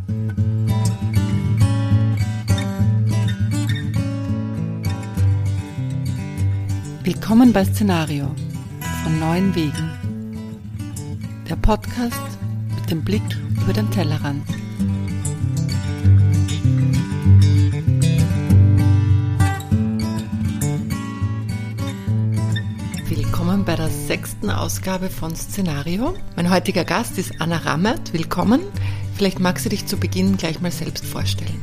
Willkommen bei Szenario von neuen Wegen. Der Podcast mit dem Blick über den Tellerrand. Willkommen bei der 6. Ausgabe von Szenario. Mein heutiger Gast ist Anna Rammert. Willkommen. Vielleicht magst du dich zu Beginn gleich mal selbst vorstellen.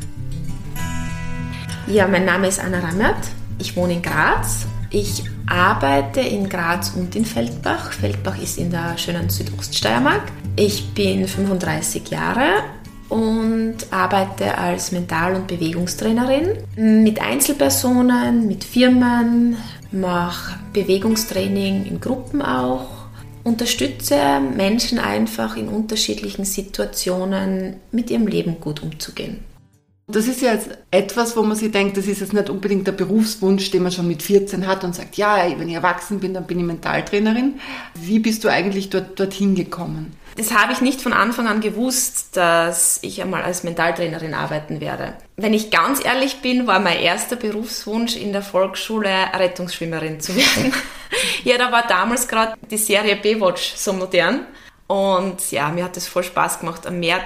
Ja, mein Name ist Anna Rammert. Ich wohne in Graz. Ich arbeite in Graz und in Feldbach. Feldbach ist in der schönen Südoststeiermark. Ich bin 35 Jahre und arbeite als Mental- und Bewegungstrainerin mit Einzelpersonen, mit Firmen, mache Bewegungstraining in Gruppen auch, unterstütze Menschen einfach in unterschiedlichen Situationen mit ihrem Leben gut umzugehen. Das ist ja jetzt etwas, wo man sich denkt, das ist jetzt nicht unbedingt der Berufswunsch, den man schon mit 14 hat und sagt, ja, wenn ich erwachsen bin, dann bin ich Mentaltrainerin. Wie bist du eigentlich dorthin gekommen? Das habe ich nicht von Anfang an gewusst, dass ich einmal als Mentaltrainerin arbeiten werde. Wenn ich ganz ehrlich bin, war mein erster Berufswunsch in der Volksschule, Rettungsschwimmerin zu werden. Ja, da war damals gerade die Serie Baywatch so modern. Und ja, mir hat es voll Spaß gemacht, am Meer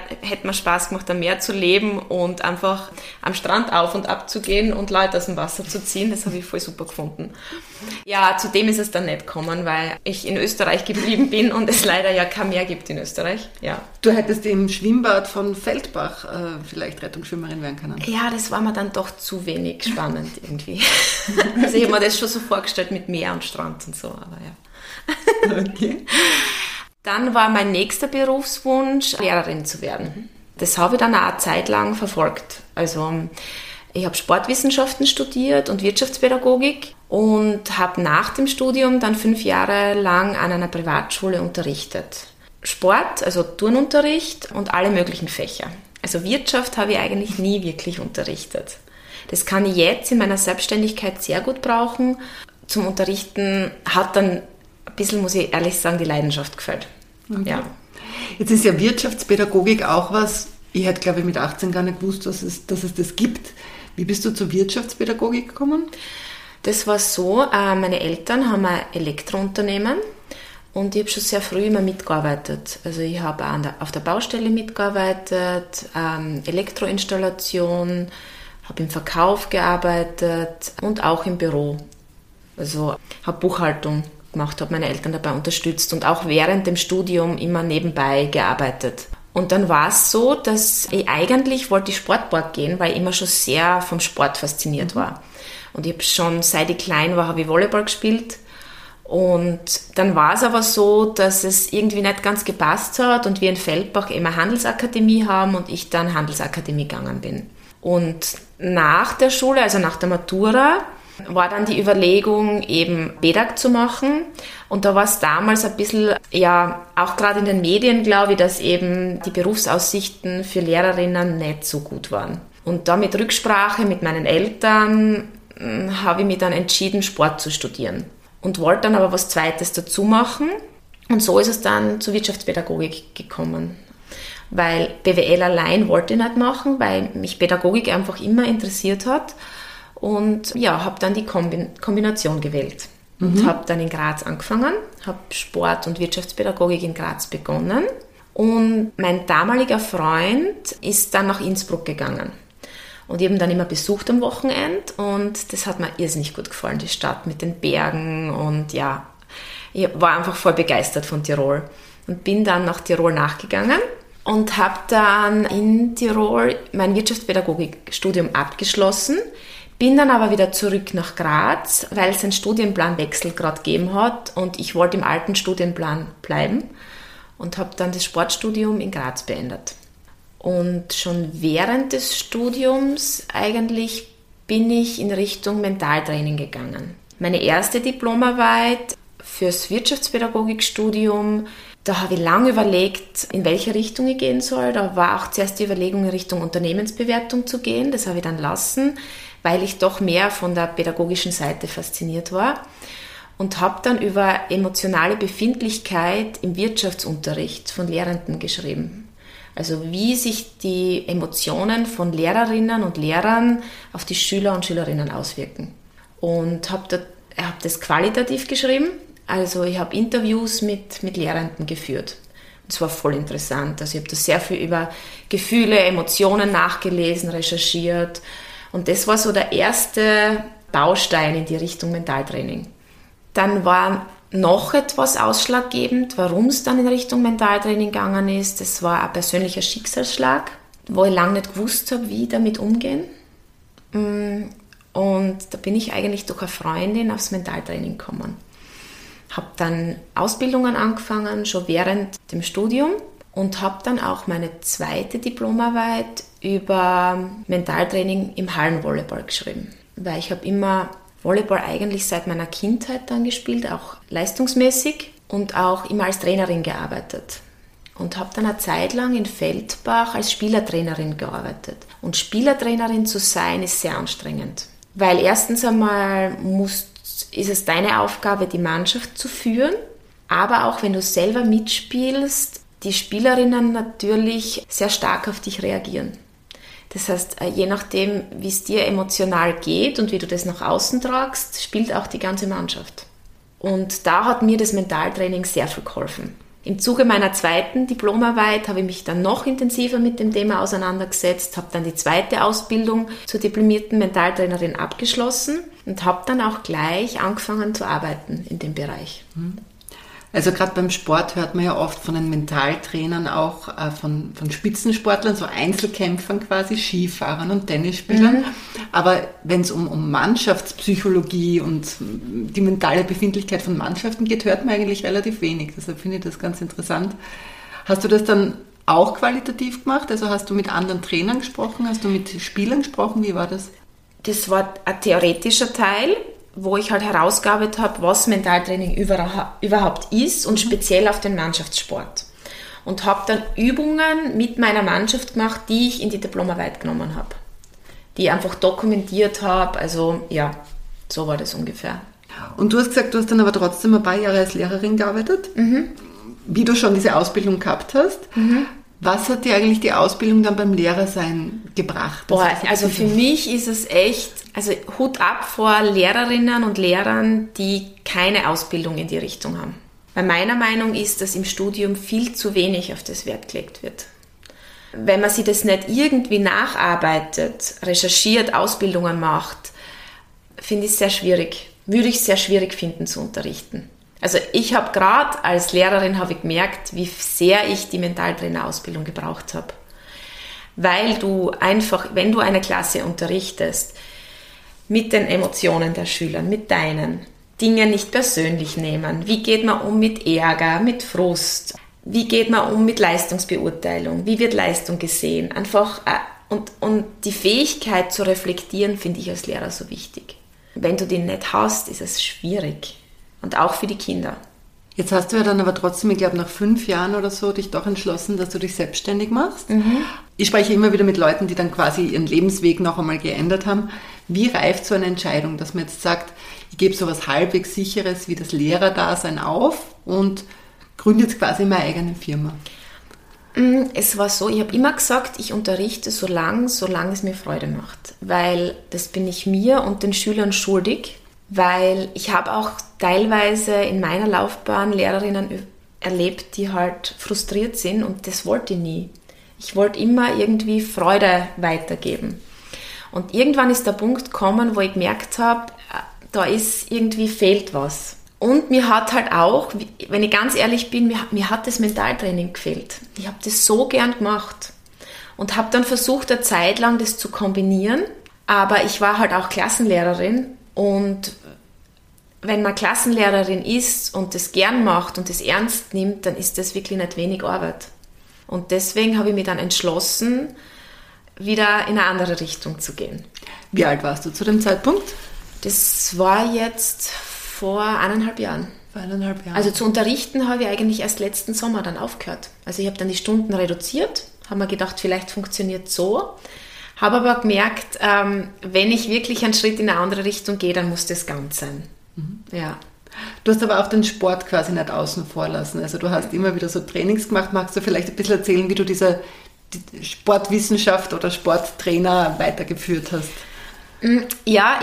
zu leben und einfach am Strand auf und ab zu gehen und Leute aus dem Wasser zu ziehen. Das habe ich voll super gefunden. Ja, zu dem ist es dann nicht gekommen, weil ich in Österreich geblieben bin und es leider ja kein Meer gibt in Österreich. Ja. Du hättest im Schwimmbad von Feldbach vielleicht Rettungsschwimmerin werden können. Ja, das war mir dann doch zu wenig spannend irgendwie. Also ich habe mir das schon so vorgestellt mit Meer und Strand und so, aber ja. Okay. Dann war mein nächster Berufswunsch, Lehrerin zu werden. Das habe ich dann auch eine Zeit lang verfolgt. Also ich habe Sportwissenschaften studiert und Wirtschaftspädagogik und habe nach dem Studium dann 5 Jahre lang an einer Privatschule unterrichtet. Sport, also Turnunterricht und alle möglichen Fächer. Also Wirtschaft habe ich eigentlich nie wirklich unterrichtet. Das kann ich jetzt in meiner Selbstständigkeit sehr gut brauchen. Zum Unterrichten hat dann ein bisschen, muss ich ehrlich sagen, die Leidenschaft gefällt. Okay. Ja. Jetzt ist ja Wirtschaftspädagogik auch was, ich hätte glaube ich mit 18 gar nicht gewusst, dass es das gibt. Wie bist du zur Wirtschaftspädagogik gekommen? Das war so, meine Eltern haben ein Elektrounternehmen und ich habe schon sehr früh immer mitgearbeitet. Also ich habe auf der Baustelle mitgearbeitet, Elektroinstallation, habe im Verkauf gearbeitet und auch im Büro. Also habe Buchhaltung gemacht, habe meine Eltern dabei unterstützt und auch während dem Studium immer nebenbei gearbeitet. Und dann war es so, dass ich eigentlich wollte Sportboard gehen, weil ich immer schon sehr vom Sport fasziniert war. Und ich habe schon, seit ich klein war, habe ich Volleyball gespielt. Und dann war es aber so, dass es irgendwie nicht ganz gepasst hat und wir in Feldbach eben eine Handelsakademie haben und ich dann Handelsakademie gegangen bin. Und nach der Schule, also nach der Matura, war dann die Überlegung, eben BEDAG zu machen. Und da war es damals ein bisschen, ja, auch gerade in den Medien, glaube ich, dass eben die Berufsaussichten für Lehrerinnen nicht so gut waren. Und da mit Rücksprache mit meinen Eltern habe ich mich dann entschieden, Sport zu studieren. Und wollte dann aber was Zweites dazu machen. Und so ist es dann zur Wirtschaftspädagogik gekommen. Weil BWL allein wollte ich nicht machen, weil mich Pädagogik einfach immer interessiert hat. Und ja, habe dann die Kombination gewählt. Und habe dann in Graz angefangen, habe Sport- und Wirtschaftspädagogik in Graz begonnen. Und mein damaliger Freund ist dann nach Innsbruck gegangen. Und ich habe ihn dann immer besucht am Wochenende und das hat mir irrsinnig gut gefallen, die Stadt mit den Bergen. Und ja, ich war einfach voll begeistert von Tirol. Und bin dann nach Tirol nachgegangen und habe dann in Tirol mein Wirtschaftspädagogikstudium abgeschlossen. Bin dann aber wieder zurück nach Graz, weil es einen Studienplanwechsel gerade gegeben hat und ich wollte im alten Studienplan bleiben und habe dann das Sportstudium in Graz beendet. Und schon während des Studiums eigentlich bin ich in Richtung Mentaltraining gegangen. Meine erste Diplomarbeit fürs Wirtschaftspädagogikstudium, da habe ich lange überlegt, in welche Richtung ich gehen soll. Da war auch zuerst die Überlegung, in Richtung Unternehmensbewertung zu gehen. Das habe ich dann lassen, weil ich doch mehr von der pädagogischen Seite fasziniert war. Und habe dann über emotionale Befindlichkeit im Wirtschaftsunterricht von Lehrenden geschrieben. Also wie sich die Emotionen von Lehrerinnen und Lehrern auf die Schüler und Schülerinnen auswirken. Und habe das qualitativ geschrieben. Also ich habe Interviews mit Lehrenden geführt. Das war voll interessant. Also ich habe da sehr viel über Gefühle, Emotionen nachgelesen, recherchiert. Und das war so der erste Baustein in die Richtung Mentaltraining. Dann war noch etwas ausschlaggebend, warum es dann in Richtung Mentaltraining gegangen ist. Das war ein persönlicher Schicksalsschlag, wo ich lange nicht gewusst habe, wie damit umgehen. Und da bin ich eigentlich durch eine Freundin aufs Mentaltraining gekommen. Habe dann Ausbildungen angefangen, schon während dem Studium, und habe dann auch meine zweite Diplomarbeit über Mentaltraining im Hallenvolleyball geschrieben. Weil ich habe immer Volleyball eigentlich seit meiner Kindheit dann gespielt, auch leistungsmäßig, und auch immer als Trainerin gearbeitet. Und habe dann eine Zeit lang in Feldbach als Spielertrainerin gearbeitet. Und Spielertrainerin zu sein, ist sehr anstrengend. Weil erstens einmal ist es deine Aufgabe, die Mannschaft zu führen, aber auch wenn du selber mitspielst, die Spielerinnen natürlich sehr stark auf dich reagieren. Das heißt, je nachdem, wie es dir emotional geht und wie du das nach außen tragst, spielt auch die ganze Mannschaft. Und da hat mir das Mentaltraining sehr viel geholfen. Im Zuge meiner zweiten Diplomarbeit habe ich mich dann noch intensiver mit dem Thema auseinandergesetzt, habe dann die zweite Ausbildung zur diplomierten Mentaltrainerin abgeschlossen und habe dann auch gleich angefangen zu arbeiten in dem Bereich. Also gerade beim Sport hört man ja oft von den Mentaltrainern auch von Spitzensportlern, so Einzelkämpfern quasi, Skifahrern und Tennisspielern. Aber wenn es um Mannschaftspsychologie und die mentale Befindlichkeit von Mannschaften geht, hört man eigentlich relativ wenig. Deshalb finde ich das ganz interessant. Hast du das dann auch qualitativ gemacht? Also hast du mit anderen Trainern gesprochen? Hast du mit Spielern gesprochen? Wie war das? Das war ein theoretischer Teil, wo ich halt herausgearbeitet habe, was Mentaltraining überhaupt ist und speziell auf den Mannschaftssport. Und habe dann Übungen mit meiner Mannschaft gemacht, die ich in die Diplomarbeit genommen habe. Die ich einfach dokumentiert habe, also ja, so war das ungefähr. Und du hast gesagt, du hast dann aber trotzdem ein paar Jahre als Lehrerin gearbeitet, wie du schon diese Ausbildung gehabt hast. Was hat dir eigentlich die Ausbildung dann beim Lehrersein gebracht? Also für mich ist es echt, also Hut ab vor Lehrerinnen und Lehrern, die keine Ausbildung in die Richtung haben. Weil meiner Meinung ist, dass im Studium viel zu wenig auf das Wert gelegt wird. Wenn man sich das nicht irgendwie nacharbeitet, recherchiert, Ausbildungen macht, finde ich es sehr schwierig. Würde ich sehr schwierig finden zu unterrichten. Also ich habe gerade als Lehrerin gemerkt, wie sehr ich die Mentaltrainerausbildung gebraucht habe. Weil du einfach, wenn du eine Klasse unterrichtest, mit den Emotionen der Schüler, mit deinen, Dinge nicht persönlich nehmen. Wie geht man um mit Ärger, mit Frust? Wie geht man um mit Leistungsbeurteilung? Wie wird Leistung gesehen? Einfach, und die Fähigkeit zu reflektieren finde ich als Lehrer so wichtig. Wenn du die nicht hast, ist es schwierig. Und auch für die Kinder. Jetzt hast du ja dann aber trotzdem, ich glaube nach 5 Jahren oder so, dich doch entschlossen, dass du dich selbstständig machst. Ich spreche immer wieder mit Leuten, die dann quasi ihren Lebensweg noch einmal geändert haben. Wie reift so eine Entscheidung, dass man jetzt sagt, ich gebe so was halbwegs Sicheres wie das Lehrerdasein auf und gründe jetzt quasi meine eigene Firma? Es war so, ich habe immer gesagt, ich unterrichte solange es mir Freude macht. Weil das bin ich mir und den Schülern schuldig. Weil ich habe auch teilweise in meiner Laufbahn Lehrerinnen erlebt, die halt frustriert sind und das wollte ich nie. Ich wollte immer irgendwie Freude weitergeben. Und irgendwann ist der Punkt gekommen, wo ich gemerkt habe, da ist irgendwie fehlt was. Und mir hat halt auch, wenn ich ganz ehrlich bin, mir hat das Mentaltraining gefehlt. Ich habe das so gern gemacht und habe dann versucht, eine Zeit lang das zu kombinieren. Aber ich war halt auch Klassenlehrerin. Und wenn man Klassenlehrerin ist und das gern macht und das ernst nimmt, dann ist das wirklich nicht wenig Arbeit. Und deswegen habe ich mich dann entschlossen, wieder in eine andere Richtung zu gehen. Wie alt warst du zu dem Zeitpunkt? Das war jetzt vor 1,5 Jahren. Vor 1,5 Jahren. Also zu unterrichten habe ich eigentlich erst letzten Sommer dann aufgehört. Also ich habe dann die Stunden reduziert, habe mir gedacht, vielleicht funktioniert so. Habe aber gemerkt, wenn ich wirklich einen Schritt in eine andere Richtung gehe, dann muss das ganz sein. Ja. Du hast aber auch den Sport quasi nicht außen vor lassen. Also du hast immer wieder so Trainings gemacht. Magst du vielleicht ein bisschen erzählen, wie du diese die Sportwissenschaft oder Sporttrainer weitergeführt hast. Ja,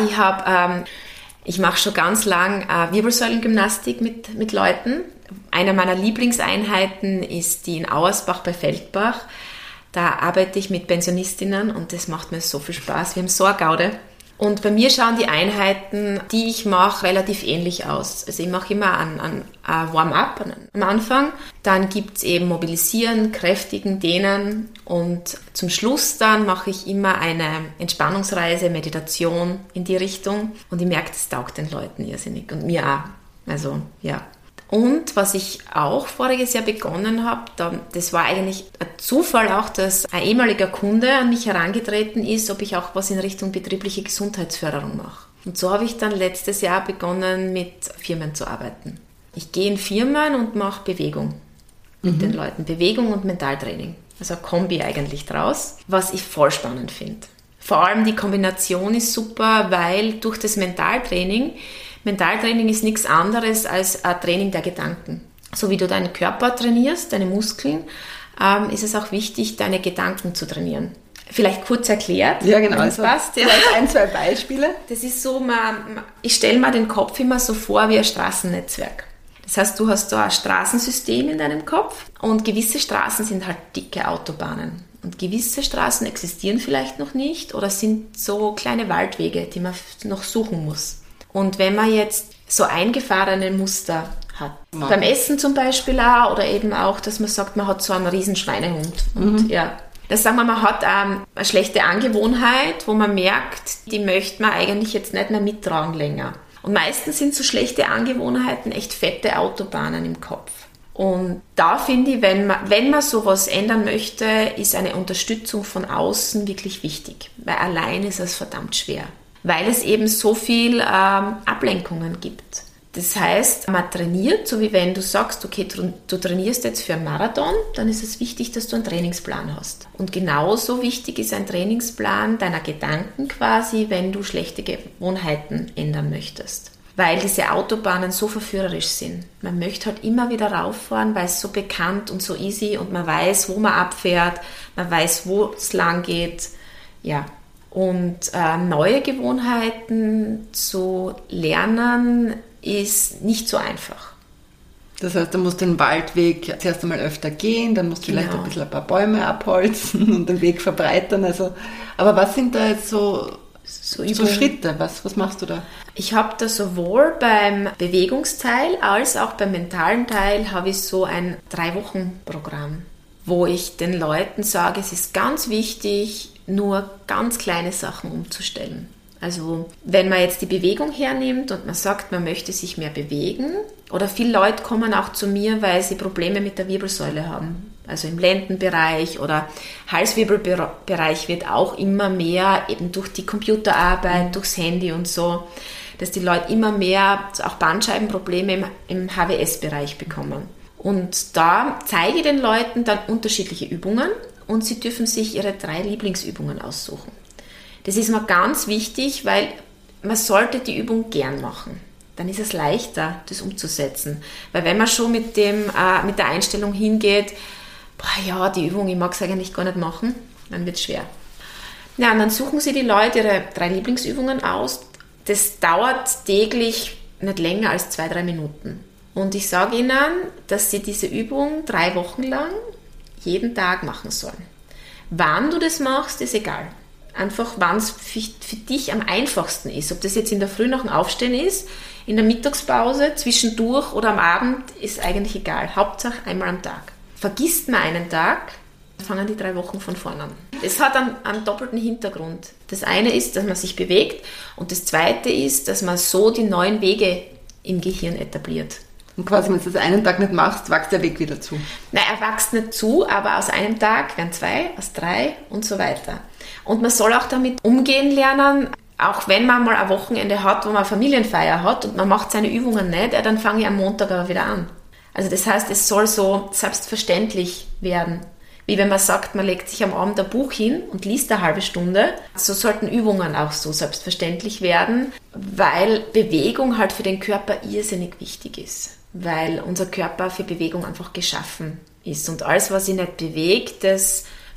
ich mache schon ganz lang Wirbelsäulengymnastik mit Leuten. Eine meiner Lieblingseinheiten ist die in Auersbach bei Feldbach. Da arbeite ich mit Pensionistinnen und das macht mir so viel Spaß. Wir haben so eine Gaude. Und bei mir schauen die Einheiten, die ich mache, relativ ähnlich aus. Also ich mache immer ein Warm-up am Anfang. Dann gibt es eben Mobilisieren, Kräftigen, Dehnen. Und zum Schluss dann mache ich immer eine Entspannungsreise, Meditation in die Richtung. Und ich merke, das taugt den Leuten irrsinnig und mir auch. Also ja. Und was ich auch voriges Jahr begonnen habe, das war eigentlich ein Zufall auch, dass ein ehemaliger Kunde an mich herangetreten ist, ob ich auch was in Richtung betriebliche Gesundheitsförderung mache. Und so habe ich dann letztes Jahr begonnen, mit Firmen zu arbeiten. Ich gehe in Firmen und mache Bewegung mit den Leuten. Bewegung und Mentaltraining. Also eine Kombi eigentlich draus, was ich voll spannend finde. Vor allem die Kombination ist super, weil durch das Mentaltraining ist nichts anderes als ein Training der Gedanken. So wie du deinen Körper trainierst, deine Muskeln, ist es auch wichtig, deine Gedanken zu trainieren. Vielleicht kurz erklärt, ja, genau, wenn es passt. Ja. Vielleicht 1-2 Beispiele. Das ist so, ich stelle mir den Kopf immer so vor wie ein Straßennetzwerk. Das heißt, du hast da ein Straßensystem in deinem Kopf und gewisse Straßen sind halt dicke Autobahnen. Und gewisse Straßen existieren vielleicht noch nicht oder sind so kleine Waldwege, die man noch suchen muss. Und wenn man jetzt so eingefahrene Muster hat, beim Essen zum Beispiel auch, oder eben auch, dass man sagt, man hat so einen riesen Schweinehund. Und ja, das sagen wir, man hat eine schlechte Angewohnheit, wo man merkt, die möchte man eigentlich jetzt nicht mehr mittragen länger. Und meistens sind so schlechte Angewohnheiten echt fette Autobahnen im Kopf. Und da finde ich, wenn man sowas ändern möchte, ist eine Unterstützung von außen wirklich wichtig. Weil allein ist es verdammt schwer. Weil es eben so viel Ablenkungen gibt. Das heißt, man trainiert, so wie wenn du sagst, okay, du trainierst jetzt für einen Marathon, dann ist es wichtig, dass du einen Trainingsplan hast. Und genauso wichtig ist ein Trainingsplan deiner Gedanken quasi, wenn du schlechte Gewohnheiten ändern möchtest. Weil diese Autobahnen so verführerisch sind. Man möchte halt immer wieder rauffahren, weil es so bekannt und so easy und man weiß, wo man abfährt, man weiß, wo es lang geht. Ja. Und neue Gewohnheiten zu lernen ist nicht so einfach. Das heißt, du musst den Waldweg zuerst einmal öfter gehen, dann musst du vielleicht ein paar Bäume abholzen und den Weg verbreitern. Also, aber was sind da jetzt so Schritte? Was machst du da? Ich habe da sowohl beim Bewegungsteil als auch beim mentalen Teil habe ich so ein 3-Wochen-Programm, wo ich den Leuten sage, es ist ganz wichtig, nur ganz kleine Sachen umzustellen. Also wenn man jetzt die Bewegung hernimmt und man sagt, man möchte sich mehr bewegen, oder viele Leute kommen auch zu mir, weil sie Probleme mit der Wirbelsäule haben. Also im Lendenbereich oder Halswirbelbereich wird auch immer mehr, eben durch die Computerarbeit, durchs Handy und so, dass die Leute immer mehr auch Bandscheibenprobleme im HWS-Bereich bekommen. Und da zeige ich den Leuten dann unterschiedliche Übungen und sie dürfen sich ihre 3 Lieblingsübungen aussuchen. Das ist mir ganz wichtig, weil man sollte die Übung gern machen. Dann ist es leichter, das umzusetzen. Weil wenn man schon mit der Einstellung hingeht, die Übung, ich mag es eigentlich gar nicht machen, dann wird es schwer. Ja, und dann suchen sie die Leute ihre 3 Lieblingsübungen aus. Das dauert täglich nicht länger als 2-3 Minuten. Und ich sage ihnen, dass sie diese Übung 3 Wochen lang jeden Tag machen sollen. Wann du das machst, ist egal. Einfach, wann es für dich am einfachsten ist. Ob das jetzt in der Früh nach dem Aufstehen ist, in der Mittagspause, zwischendurch oder am Abend, ist eigentlich egal. Hauptsache einmal am Tag. Vergisst man einen Tag, fangen die 3 Wochen von vorne an. Es hat einen doppelten Hintergrund. Das eine ist, dass man sich bewegt und das zweite ist, dass man so die neuen Wege im Gehirn etabliert. Und quasi, wenn du das einen Tag nicht machst, wächst der Weg wieder zu. Nein, er wächst nicht zu, aber aus einem Tag werden 2, aus 3 und so weiter. Und man soll auch damit umgehen lernen, auch wenn man mal ein Wochenende hat, wo man eine Familienfeier hat und man macht seine Übungen nicht, dann fange ich am Montag aber wieder an. Also das heißt, es soll so selbstverständlich werden. Wie wenn man sagt, man legt sich am Abend ein Buch hin und liest eine halbe Stunde. So sollten Übungen auch so selbstverständlich werden, weil Bewegung halt für den Körper irrsinnig wichtig ist. Weil unser Körper für Bewegung einfach geschaffen ist. Und alles, was sich nicht bewegt, das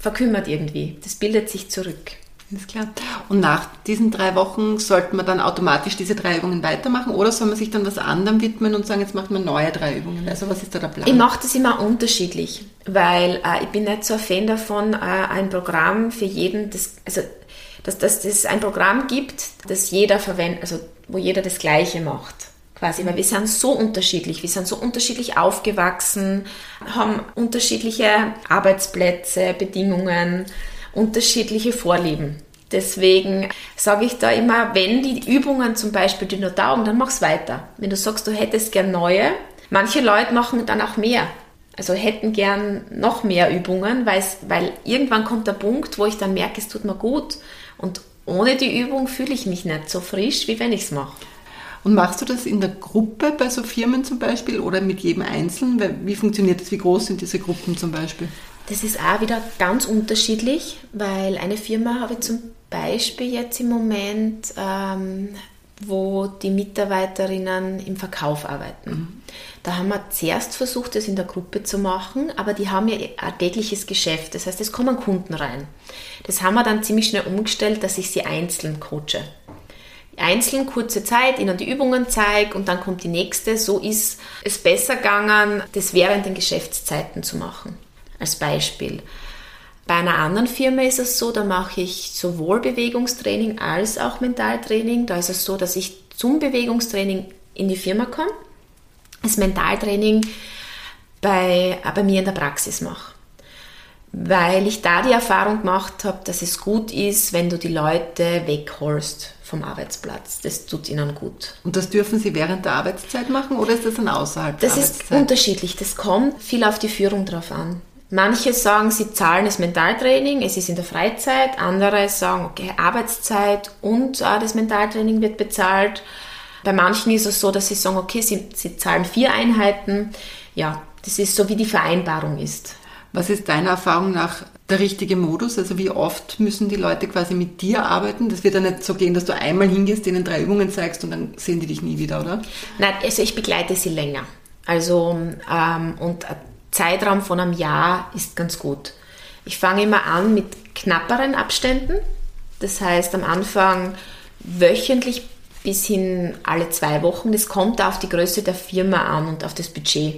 verkümmert irgendwie. Das bildet sich zurück. Ist klar. Und nach diesen 3 Wochen sollte man dann automatisch diese 3 Übungen weitermachen oder soll man sich dann was anderem widmen und sagen, jetzt macht man neue 3 Übungen? Also was ist da der Plan? Ich mache das immer unterschiedlich, weil ich bin nicht so ein Fan davon, ein Programm für jeden, dass es ein Programm gibt, das jeder verwendet, also wo jeder das Gleiche macht. Quasi, weil wir sind so unterschiedlich, wir sind so unterschiedlich aufgewachsen, haben unterschiedliche Arbeitsplätze, Bedingungen, unterschiedliche Vorlieben. Deswegen sage ich da immer, wenn die Übungen zum Beispiel dir nur taugen, dann mach's weiter. Wenn du sagst, du hättest gern neue, manche Leute machen dann auch mehr. Also hätten gern noch mehr Übungen, weil irgendwann kommt der Punkt, wo ich dann merke, es tut mir gut. Und ohne die Übung fühle ich mich nicht so frisch, wie wenn ich es mache. Und machst du das in der Gruppe bei so Firmen zum Beispiel oder mit jedem Einzelnen? Wie funktioniert das? Wie groß sind diese Gruppen zum Beispiel? Das ist auch wieder ganz unterschiedlich, weil eine Firma habe ich zum Beispiel jetzt im Moment, wo die Mitarbeiterinnen im Verkauf arbeiten. Mhm. Da haben wir zuerst versucht, das in der Gruppe zu machen, aber die haben ja ein tägliches Geschäft. Das heißt, es kommen Kunden rein. Das haben wir dann ziemlich schnell umgestellt, dass ich sie einzeln coache. Einzeln, kurze Zeit, ihnen die Übungen zeige und dann kommt die nächste. So ist es besser gegangen, das während den Geschäftszeiten zu machen. Als Beispiel. Bei einer anderen Firma ist es so, da mache ich sowohl Bewegungstraining als auch Mentaltraining. Da ist es so, dass ich zum Bewegungstraining in die Firma komme, das Mentaltraining bei mir in der Praxis mache. Weil ich da die Erfahrung gemacht habe, dass es gut ist, wenn du die Leute wegholst vom Arbeitsplatz. Das tut ihnen gut. Und das dürfen sie während der Arbeitszeit machen oder ist das dann außerhalb der Arbeitszeit? Das ist unterschiedlich. Das kommt viel auf die Führung drauf an. Manche sagen, sie zahlen das Mentaltraining, es ist in der Freizeit. Andere sagen, okay, Arbeitszeit und das Mentaltraining wird bezahlt. Bei manchen ist es so, dass sie sagen, okay, sie zahlen 4 Einheiten. Ja, das ist so, wie die Vereinbarung ist. Was ist deiner Erfahrung nach der richtige Modus? Also wie oft müssen die Leute quasi mit dir arbeiten? Das wird ja nicht so gehen, dass du einmal hingehst, denen 3 Übungen zeigst und dann sehen die dich nie wieder, oder? Nein, also ich begleite sie länger. Also und ein Zeitraum von einem Jahr ist ganz gut. Ich fange immer an mit knapperen Abständen. Das heißt am Anfang wöchentlich bis hin alle 2 Wochen. Das kommt auf die Größe der Firma an und auf das Budget.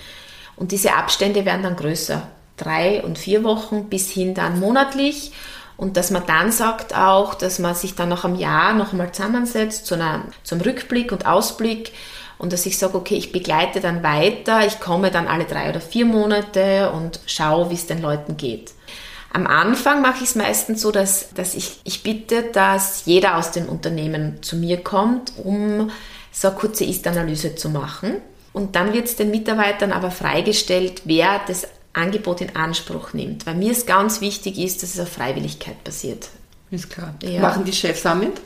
Und diese Abstände werden dann größer. 3 und 4 Wochen bis hin dann monatlich. Und dass man dann sagt auch, dass man sich dann nach einem Jahr noch einmal zusammensetzt zum Rückblick und Ausblick und dass ich sage, okay, ich begleite dann weiter, ich komme dann alle 3 oder 4 Monate und schaue, wie es den Leuten geht. Am Anfang mache ich es meistens so, dass ich bitte, dass jeder aus dem Unternehmen zu mir kommt, um so eine kurze Ist-Analyse zu machen. Und dann wird es den Mitarbeitern aber freigestellt, wer das Angebot in Anspruch nimmt. Weil mir es ganz wichtig ist, dass es auf Freiwilligkeit passiert. Ist klar. Ja. Machen die Chefs auch mit?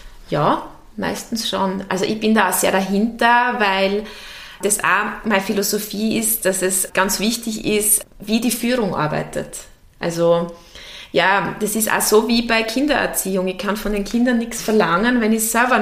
Ja, meistens schon. Also ich bin da auch sehr dahinter, weil das auch meine Philosophie ist, dass es ganz wichtig ist, wie die Führung arbeitet. Also ja, das ist auch so wie bei Kindererziehung. Ich kann von den Kindern nichts verlangen, wenn ich es selber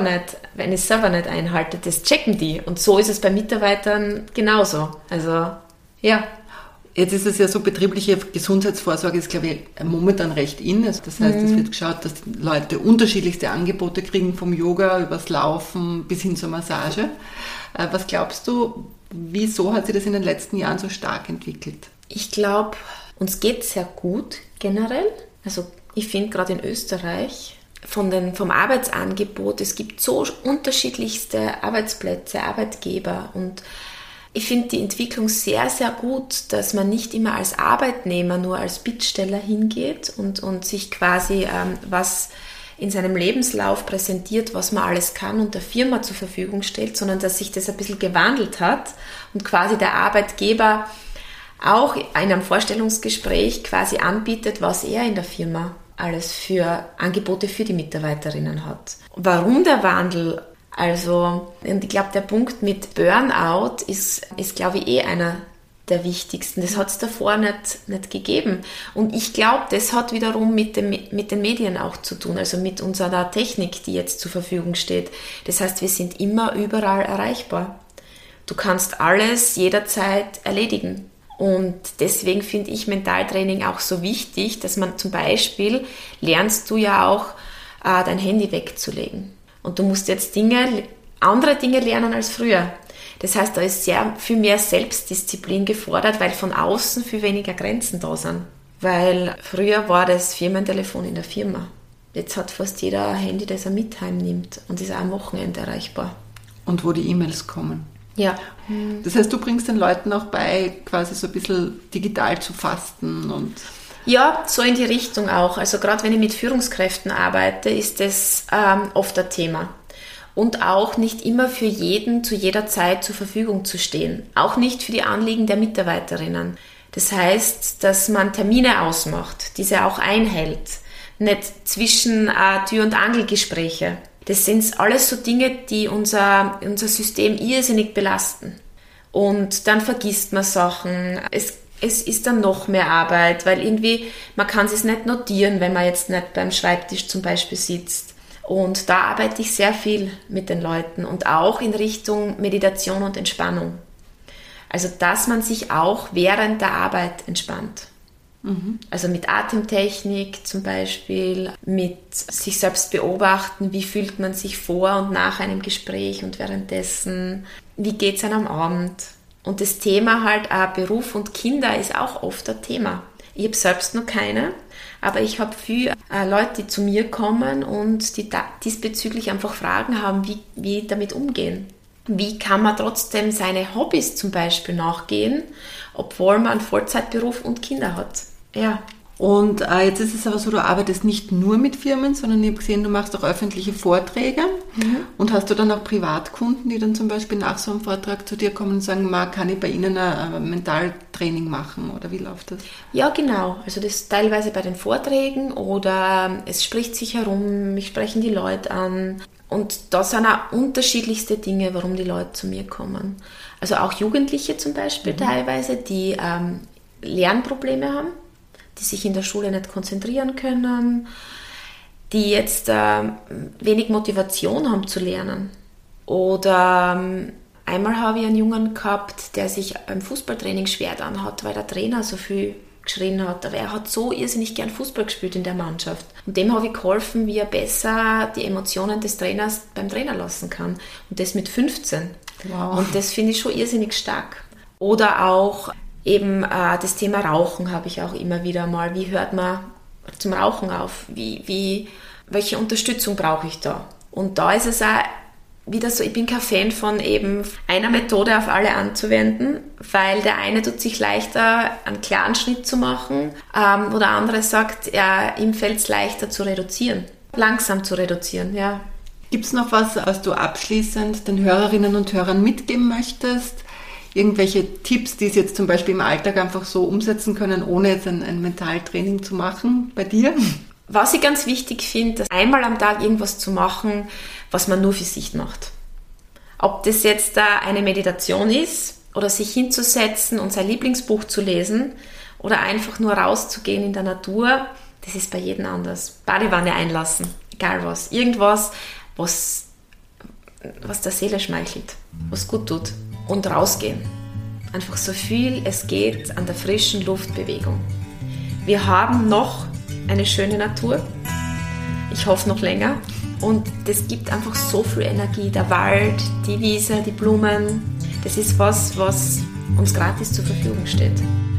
nicht einhalte. Das checken die. Und so ist es bei Mitarbeitern genauso. Also ja. Jetzt ist es ja so, betriebliche Gesundheitsvorsorge ist, glaube ich, momentan recht in. Also das heißt, es wird geschaut, dass die Leute unterschiedlichste Angebote kriegen, vom Yoga übers Laufen bis hin zur Massage. Was glaubst du, wieso hat sich das in den letzten Jahren so stark entwickelt? Ich glaube, uns geht es sehr gut generell. Also ich finde gerade in Österreich vom Arbeitsangebot, es gibt so unterschiedlichste Arbeitsplätze, Arbeitgeber und ich finde die Entwicklung sehr, sehr gut, dass man nicht immer als Arbeitnehmer nur als Bittsteller hingeht und sich quasi was in seinem Lebenslauf präsentiert, was man alles kann und der Firma zur Verfügung stellt, sondern dass sich das ein bisschen gewandelt hat und quasi der Arbeitgeber auch in einem Vorstellungsgespräch quasi anbietet, was er in der Firma alles für Angebote für die Mitarbeiterinnen hat. Warum der Wandel? Also, und ich glaube, der Punkt mit Burnout ist glaube ich, einer der wichtigsten. Das hat es davor nicht gegeben. Und ich glaube, das hat wiederum mit den Medien auch zu tun, also mit unserer Technik, die jetzt zur Verfügung steht. Das heißt, wir sind immer überall erreichbar. Du kannst alles jederzeit erledigen. Und deswegen finde ich Mentaltraining auch so wichtig, dass man zum Beispiel, lernst du ja auch, dein Handy wegzulegen. Und du musst jetzt andere Dinge lernen als früher. Das heißt, da ist sehr viel mehr Selbstdisziplin gefordert, weil von außen viel weniger Grenzen da sind. Weil früher war das Firmentelefon in der Firma. Jetzt hat fast jeder ein Handy, das er mit heimnimmt und ist auch am Wochenende erreichbar. Und wo die E-Mails kommen. Ja. Das heißt, du bringst den Leuten auch bei, quasi so ein bisschen digital zu fasten und... Ja, so in die Richtung auch. Also gerade wenn ich mit Führungskräften arbeite, ist das oft ein Thema. Und auch nicht immer für jeden zu jeder Zeit zur Verfügung zu stehen. Auch nicht für die Anliegen der Mitarbeiterinnen. Das heißt, dass man Termine ausmacht, diese auch einhält. Nicht zwischen Tür- und Angelgespräche. Das sind alles so Dinge, die unser System irrsinnig belasten. Und dann vergisst man Sachen. Es ist dann noch mehr Arbeit, weil irgendwie, man kann es nicht notieren, wenn man jetzt nicht beim Schreibtisch zum Beispiel sitzt. Und da arbeite ich sehr viel mit den Leuten und auch in Richtung Meditation und Entspannung. Also, dass man sich auch während der Arbeit entspannt. Also mit Atemtechnik zum Beispiel, mit sich selbst beobachten, wie fühlt man sich vor und nach einem Gespräch und währenddessen, wie geht es einem am Abend. Und das Thema halt auch Beruf und Kinder ist auch oft ein Thema. Ich habe selbst noch keine, aber ich habe viele Leute, die zu mir kommen und die diesbezüglich einfach Fragen haben, wie damit umgehen. Wie kann man trotzdem seine Hobbys zum Beispiel nachgehen, obwohl man einen Vollzeitberuf und Kinder hat. Ja. Und jetzt ist es aber so, du arbeitest nicht nur mit Firmen, sondern ich habe gesehen, du machst auch öffentliche Vorträge. Und hast du dann auch Privatkunden, die dann zum Beispiel nach so einem Vortrag zu dir kommen und sagen, kann ich bei Ihnen ein Mentaltraining machen oder wie läuft das? Ja, genau. Also das teilweise bei den Vorträgen oder es spricht sich herum, mich sprechen die Leute an. Und da sind auch unterschiedlichste Dinge, warum die Leute zu mir kommen. Also auch Jugendliche zum Beispiel teilweise, die Lernprobleme haben, die sich in der Schule nicht konzentrieren können, die jetzt wenig Motivation haben zu lernen. Oder einmal habe ich einen Jungen gehabt, der sich beim Fußballtraining schwer getan hat, weil der Trainer so viel geschrien hat. Aber er hat so irrsinnig gern Fußball gespielt in der Mannschaft. Und dem habe ich geholfen, wie er besser die Emotionen des Trainers beim Trainer lassen kann. Und das mit 15. Wow. Und das finde ich schon irrsinnig stark. Oder auch eben das Thema Rauchen habe ich auch immer wieder mal. Wie hört man zum Rauchen auf? Welche Unterstützung brauche ich da? Und da ist es auch wieder so, ich bin kein Fan von eben einer Methode auf alle anzuwenden, weil der eine tut sich leichter, einen klaren Schnitt zu machen, oder der andere sagt, ihm fällt es leichter zu reduzieren, langsam zu reduzieren, ja. Gibt es noch was du abschließend den Hörerinnen und Hörern mitgeben möchtest? Irgendwelche Tipps, die sie jetzt zum Beispiel im Alltag einfach so umsetzen können, ohne jetzt ein Mentaltraining zu machen bei dir? Was ich ganz wichtig finde, einmal am Tag irgendwas zu machen, was man nur für sich macht. Ob das jetzt eine Meditation ist oder sich hinzusetzen und sein Lieblingsbuch zu lesen oder einfach nur rauszugehen in der Natur, das ist bei jedem anders. Badewanne einlassen, egal was. Irgendwas, was der Seele schmeichelt, was gut tut. Und rausgehen. Einfach so viel es geht an der frischen Luftbewegung. Wir haben noch eine schöne Natur. Ich hoffe noch länger. Und das gibt einfach so viel Energie. Der Wald, die Wiese, die Blumen. Das ist was uns gratis zur Verfügung steht.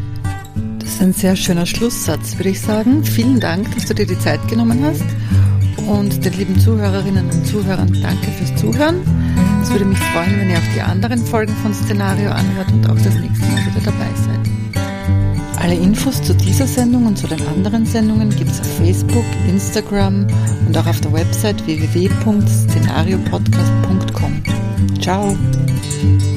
Das ist ein sehr schöner Schlusssatz, würde ich sagen. Vielen Dank, dass du dir die Zeit genommen hast. Und den lieben Zuhörerinnen und Zuhörern danke fürs Zuhören. Es würde mich freuen, wenn ihr auch die anderen Folgen von Szenario anhört und auch das nächste Mal wieder dabei seid. Alle Infos zu dieser Sendung und zu den anderen Sendungen gibt es auf Facebook, Instagram und auch auf der Website www.szenariopodcast.com. Ciao!